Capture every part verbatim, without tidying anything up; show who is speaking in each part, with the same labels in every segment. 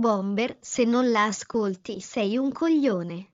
Speaker 1: Bomber, se non la ascolti sei un coglione.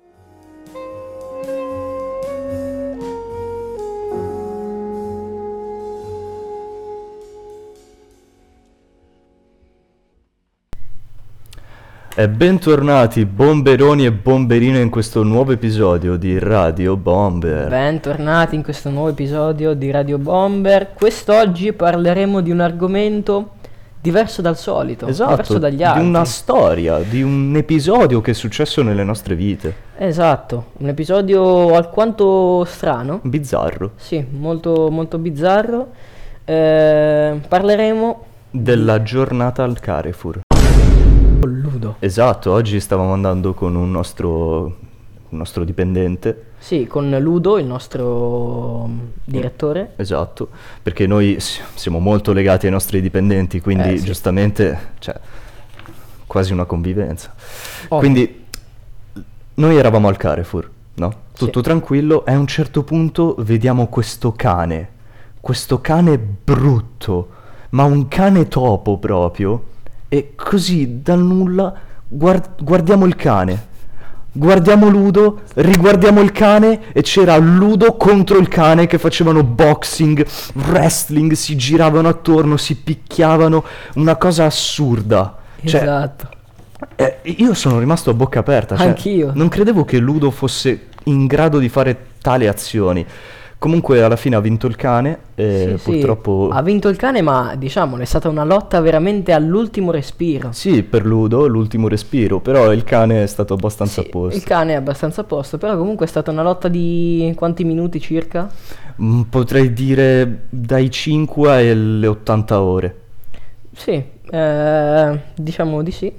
Speaker 2: E bentornati bomberoni e bomberine in questo nuovo episodio di Radio Bomber.
Speaker 3: Bentornati in questo nuovo episodio di Radio Bomber. Quest'oggi parleremo di un argomento diverso dal solito,
Speaker 2: Esatto,
Speaker 3: diverso dagli altri.
Speaker 2: Di una storia, di un episodio che è successo nelle nostre vite.
Speaker 3: Esatto, un episodio alquanto strano.
Speaker 2: Bizzarro.
Speaker 3: Sì, molto, molto bizzarro. Eh, parleremo
Speaker 2: Della giornata al Carrefour.
Speaker 3: con Ludo.
Speaker 2: Esatto, oggi stavamo andando con un nostro, un nostro dipendente.
Speaker 3: Sì, con Ludo, il nostro mm, direttore.
Speaker 2: Esatto, perché noi s- siamo molto legati ai nostri dipendenti, quindi
Speaker 3: Eh, sì.
Speaker 2: giustamente, cioè, quasi una convivenza.
Speaker 3: Ovvio.
Speaker 2: Quindi noi eravamo al Carrefour, no? Tutto
Speaker 3: Sì.
Speaker 2: tranquillo, e a un certo punto vediamo questo cane, questo cane brutto, ma un cane topo proprio, e così dal nulla guard- guardiamo il cane. Guardiamo Ludo, riguardiamo il cane e c'era Ludo contro il cane che facevano boxing, wrestling, si giravano attorno, si picchiavano, una cosa assurda. Cioè,
Speaker 3: Esatto.
Speaker 2: eh, io sono rimasto a bocca aperta, cioè,
Speaker 3: Anch'io.
Speaker 2: non credevo che Ludo fosse in grado di fare tali azioni. Comunque alla fine ha vinto il cane e
Speaker 3: Sì, sì,
Speaker 2: purtroppo...
Speaker 3: ha vinto il cane, ma diciamo è stata una lotta veramente all'ultimo respiro.
Speaker 2: Sì, per Ludo l'ultimo respiro, però il cane è stato abbastanza
Speaker 3: Sì,
Speaker 2: a posto.
Speaker 3: il cane è abbastanza a posto, però comunque è stata una lotta di quanti minuti circa?
Speaker 2: Mm, Potrei dire dai cinque alle ottanta ore.
Speaker 3: Sì, eh, diciamo di sì.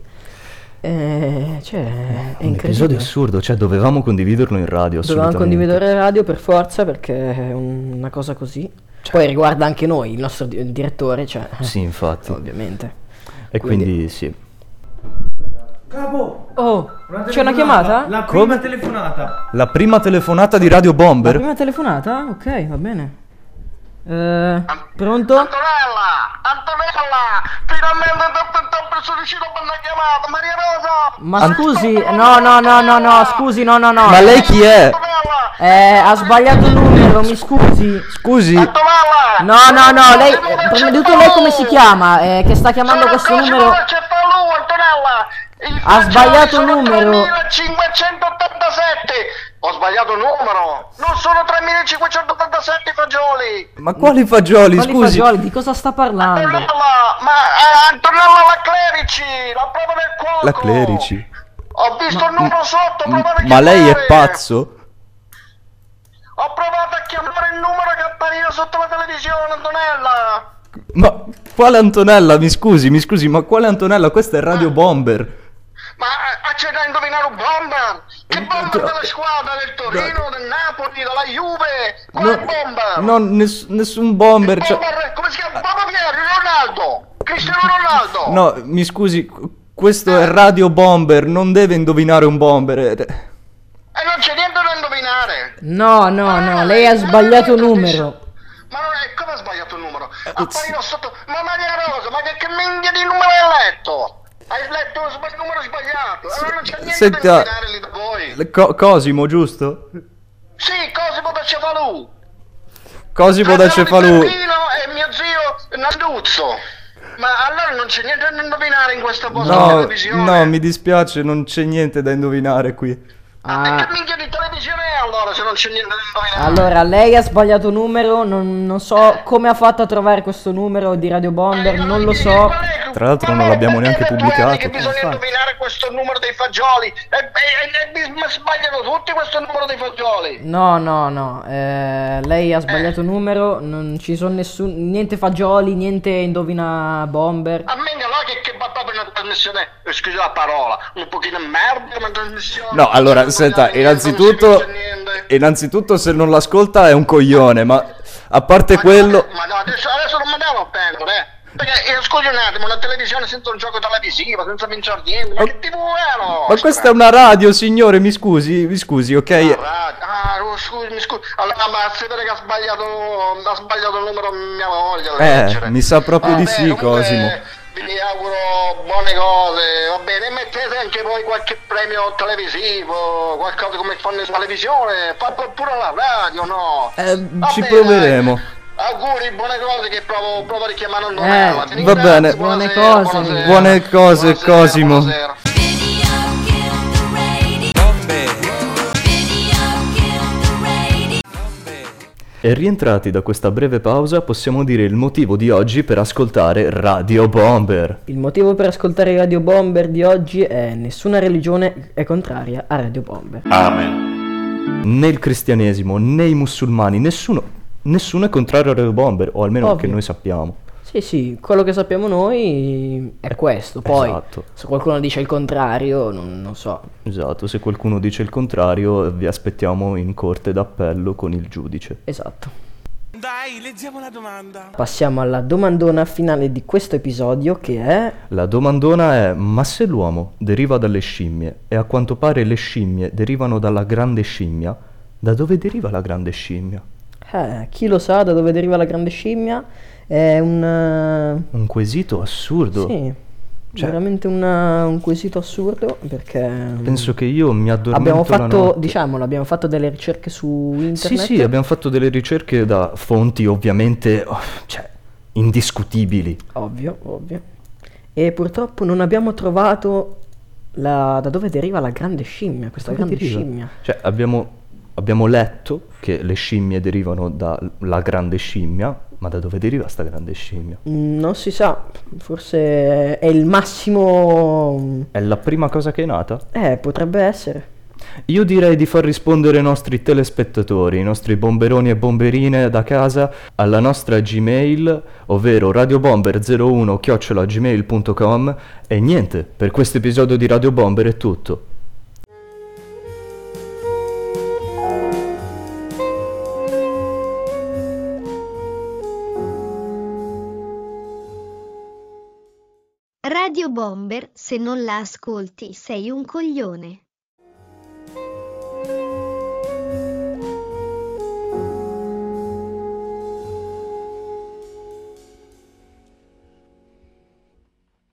Speaker 3: Eh, cioè, è
Speaker 2: Un episodio
Speaker 3: incredibile.
Speaker 2: assurdo, cioè dovevamo condividerlo in radio,
Speaker 3: Dovevamo
Speaker 2: assolutamente.
Speaker 3: condividere il radio per forza perché è un- una cosa così. Poi riguarda anche noi, il nostro di- il direttore, cioè,
Speaker 2: Sì, infatti.
Speaker 3: ovviamente.
Speaker 2: E quindi, sì.
Speaker 4: Capo!
Speaker 3: Oh,
Speaker 4: Una
Speaker 3: c'è una
Speaker 4: telefonata,
Speaker 3: chiamata?
Speaker 4: La
Speaker 2: Come?
Speaker 4: prima telefonata.
Speaker 2: La prima telefonata di Radio
Speaker 3: La
Speaker 2: Bomber?
Speaker 3: prima telefonata? Ok, va bene. Eh, pronto?
Speaker 5: Antonella! Antonella! Finalmente dopo il tempo sono riuscito a fare una chiamata! Maria Rosa!
Speaker 3: Ma
Speaker 2: An-
Speaker 3: scusi, no, no, no, no, no, scusi, no, no, no.
Speaker 2: Ma lei chi è?
Speaker 5: Antonella!
Speaker 3: Eh, ha sbagliato il numero, mi scusi.
Speaker 2: Scusi?
Speaker 5: Antonella!
Speaker 3: No, no, no, lei, eh, prima di tutto lei come si chiama? Eh, che sta chiamando questo numero?
Speaker 5: C'è Falù, Antonella! I
Speaker 3: Ha
Speaker 5: fagioli
Speaker 3: sbagliato
Speaker 5: sono
Speaker 3: numero.
Speaker 5: tremilacinquecentottantasette! Ho sbagliato il numero! Non sono tremilacinquecentottantasette i fagioli!
Speaker 2: Ma quali fagioli,
Speaker 3: Quali
Speaker 2: scusi?
Speaker 3: fagioli? Di cosa sta parlando?
Speaker 5: Antonella! Ma eh, Antonella la Clerici! La prova del cuoco!
Speaker 2: La Clerici.
Speaker 5: Ho visto il numero sotto, ho
Speaker 2: M-
Speaker 5: provato a
Speaker 2: Ma lei è
Speaker 5: chiamare.
Speaker 2: pazzo?
Speaker 5: Ho provato a chiamare il numero che appariva sotto la televisione, Antonella!
Speaker 2: Ma quale Antonella? Mi scusi, mi scusi, ma quale Antonella? Questa è Radio Bomber.
Speaker 5: Ma eh, c'è da indovinare un bomber? Che bomber
Speaker 2: no,
Speaker 5: della squadra? Del Torino, del Napoli, della Juve?
Speaker 2: No,
Speaker 5: Quale bomber?
Speaker 2: no, ness- nessun bomber. cioè-
Speaker 5: Bomber, come si chiama? Papa Piero, Ronaldo! Cristiano Ronaldo!
Speaker 2: No, mi scusi, questo è Radio Bomber, non deve indovinare un bomber. eh.
Speaker 5: E non c'è niente da indovinare!
Speaker 3: No, no,
Speaker 5: Ma
Speaker 3: no,
Speaker 5: non
Speaker 3: lei
Speaker 5: è-
Speaker 3: ha
Speaker 5: ma
Speaker 3: sbagliato
Speaker 5: non è
Speaker 3: numero.
Speaker 5: Ma non è, come ha sbagliato il numero? Appariva sotto. Ma Maria Rosa, ma che, che minchia di numero hai letto? Hai letto il sbag- numero sbagliato. Allora non c'è niente
Speaker 2: Senta-
Speaker 5: da indovinare lì da voi.
Speaker 2: Co- Cosimo, giusto?
Speaker 5: Sì, Cosimo da Cefalù.
Speaker 2: Cosimo da Cefalù.
Speaker 5: E mio zio Nanduzzo. Ma allora non c'è niente da indovinare in questo posto di
Speaker 2: No,
Speaker 5: televisione.
Speaker 2: no, mi dispiace, non c'è niente da indovinare qui.
Speaker 5: Ma che
Speaker 3: Ah,
Speaker 5: minchia di televisione è allora se non c'è niente da indovinare?
Speaker 3: allora, lei ha sbagliato numero, non, non so come ha fatto a trovare questo numero di Radio Bomber, non lo so.
Speaker 2: Tra l'altro non l'abbiamo neanche pubblicato.
Speaker 5: Che bisogna
Speaker 3: Infatti.
Speaker 5: indovinare questo numero dei fagioli. E, e, e, e ma sbagliano tutti questo numero dei fagioli.
Speaker 3: No, no, no, eh, lei ha sbagliato numero, non ci sono nessun, niente fagioli, niente indovina Bomber.
Speaker 5: A me là che, che va proprio una trasmissione, eh, scusa la parola, un pochino merda una trasmissione.
Speaker 2: No, allora,
Speaker 5: Non si
Speaker 2: senta,
Speaker 5: capisce niente,
Speaker 2: innanzitutto,
Speaker 5: non si capisce niente.
Speaker 2: innanzitutto se non l'ascolta è un coglione, ma a parte
Speaker 5: Ma
Speaker 2: quello...
Speaker 5: no, ma no, adesso, adesso non mi devo offendere, eh. Perché eh, scusi un attimo, una televisione senza un gioco televisivo, senza vincere niente, ma
Speaker 2: Ma-
Speaker 5: che tivù è no?
Speaker 2: Ma questa è una radio, signore, mi scusi, mi scusi, ok?
Speaker 5: Ah, oh, scusi, mi scusi. Allora, ma si vede che ha sbagliato, ha sbagliato il numero mia moglie da
Speaker 2: Eh,
Speaker 5: leggere.
Speaker 2: mi sa proprio di
Speaker 5: Vabbè,
Speaker 2: sì,
Speaker 5: comunque,
Speaker 2: Cosimo.
Speaker 5: vi auguro buone cose, va bene, mettete anche voi qualche premio televisivo, qualcosa come fanno in televisione, fatelo pure alla radio, no?
Speaker 2: Eh,
Speaker 5: Va
Speaker 2: ci
Speaker 5: bene,
Speaker 2: proveremo.
Speaker 5: dai. Auguri, buone cose, che provo, provo a richiamare Antonella.
Speaker 3: Eh,
Speaker 5: Ti
Speaker 2: va
Speaker 5: ringrazio,
Speaker 2: bene.
Speaker 3: Buone
Speaker 5: buonasera,
Speaker 3: cose.
Speaker 5: buonasera.
Speaker 2: Buone cose,
Speaker 5: Buonasera,
Speaker 2: Cosimo.
Speaker 5: buonasera.
Speaker 2: E rientrati da questa breve pausa possiamo dire il motivo di oggi per ascoltare Radio Bomber.
Speaker 3: Il motivo per ascoltare Radio Bomber di oggi è: nessuna religione è contraria a Radio Bomber.
Speaker 2: Né il cristianesimo né i musulmani, nessuno, nessuno è contrario a Radio Bomber, o almeno
Speaker 3: Ovvio.
Speaker 2: che noi sappiamo.
Speaker 3: Sì, sì, quello che sappiamo noi è questo. Poi,
Speaker 2: Esatto.
Speaker 3: se qualcuno dice il contrario, non, non so.
Speaker 2: Esatto, se qualcuno dice il contrario vi aspettiamo in corte d'appello con il giudice.
Speaker 3: Esatto.
Speaker 4: Dai, leggiamo la domanda.
Speaker 3: Passiamo alla domandona finale di questo episodio, che è:
Speaker 2: La domandona è: ma se l'uomo deriva dalle scimmie e a quanto pare le scimmie derivano dalla grande scimmia, da dove deriva la grande scimmia?
Speaker 3: eh, chi lo sa da dove deriva la grande scimmia? È un... eh,
Speaker 2: Un quesito assurdo.
Speaker 3: Sì,
Speaker 2: Cioè-
Speaker 3: veramente una- un quesito assurdo, perché
Speaker 2: Penso che io mi addormento
Speaker 3: abbiamo
Speaker 2: la
Speaker 3: fatto,
Speaker 2: notte.
Speaker 3: diciamolo, abbiamo fatto delle ricerche su internet.
Speaker 2: Sì, sì, abbiamo fatto delle ricerche da fonti ovviamente, oh, cioè, indiscutibili.
Speaker 3: Ovvio, ovvio. E purtroppo non abbiamo trovato la- da dove deriva la grande scimmia, questa
Speaker 2: Dove
Speaker 3: grande
Speaker 2: deriva?
Speaker 3: scimmia.
Speaker 2: Cioè, abbiamo, abbiamo letto che le scimmie derivano dalla grande scimmia, ma da dove deriva sta grande scimmia?
Speaker 3: Mm, Non si sa, forse è il massimo...
Speaker 2: È la prima cosa che è nata?
Speaker 3: Eh, potrebbe essere.
Speaker 2: Io direi di far rispondere i nostri telespettatori, i nostri bomberoni e bomberine da casa, alla nostra Gmail, ovvero radiobomber zero uno chiocciola gmail punto com. E niente, per questo episodio di Radio Bomber è tutto.
Speaker 1: Radio Bomber, se non la ascolti sei un coglione.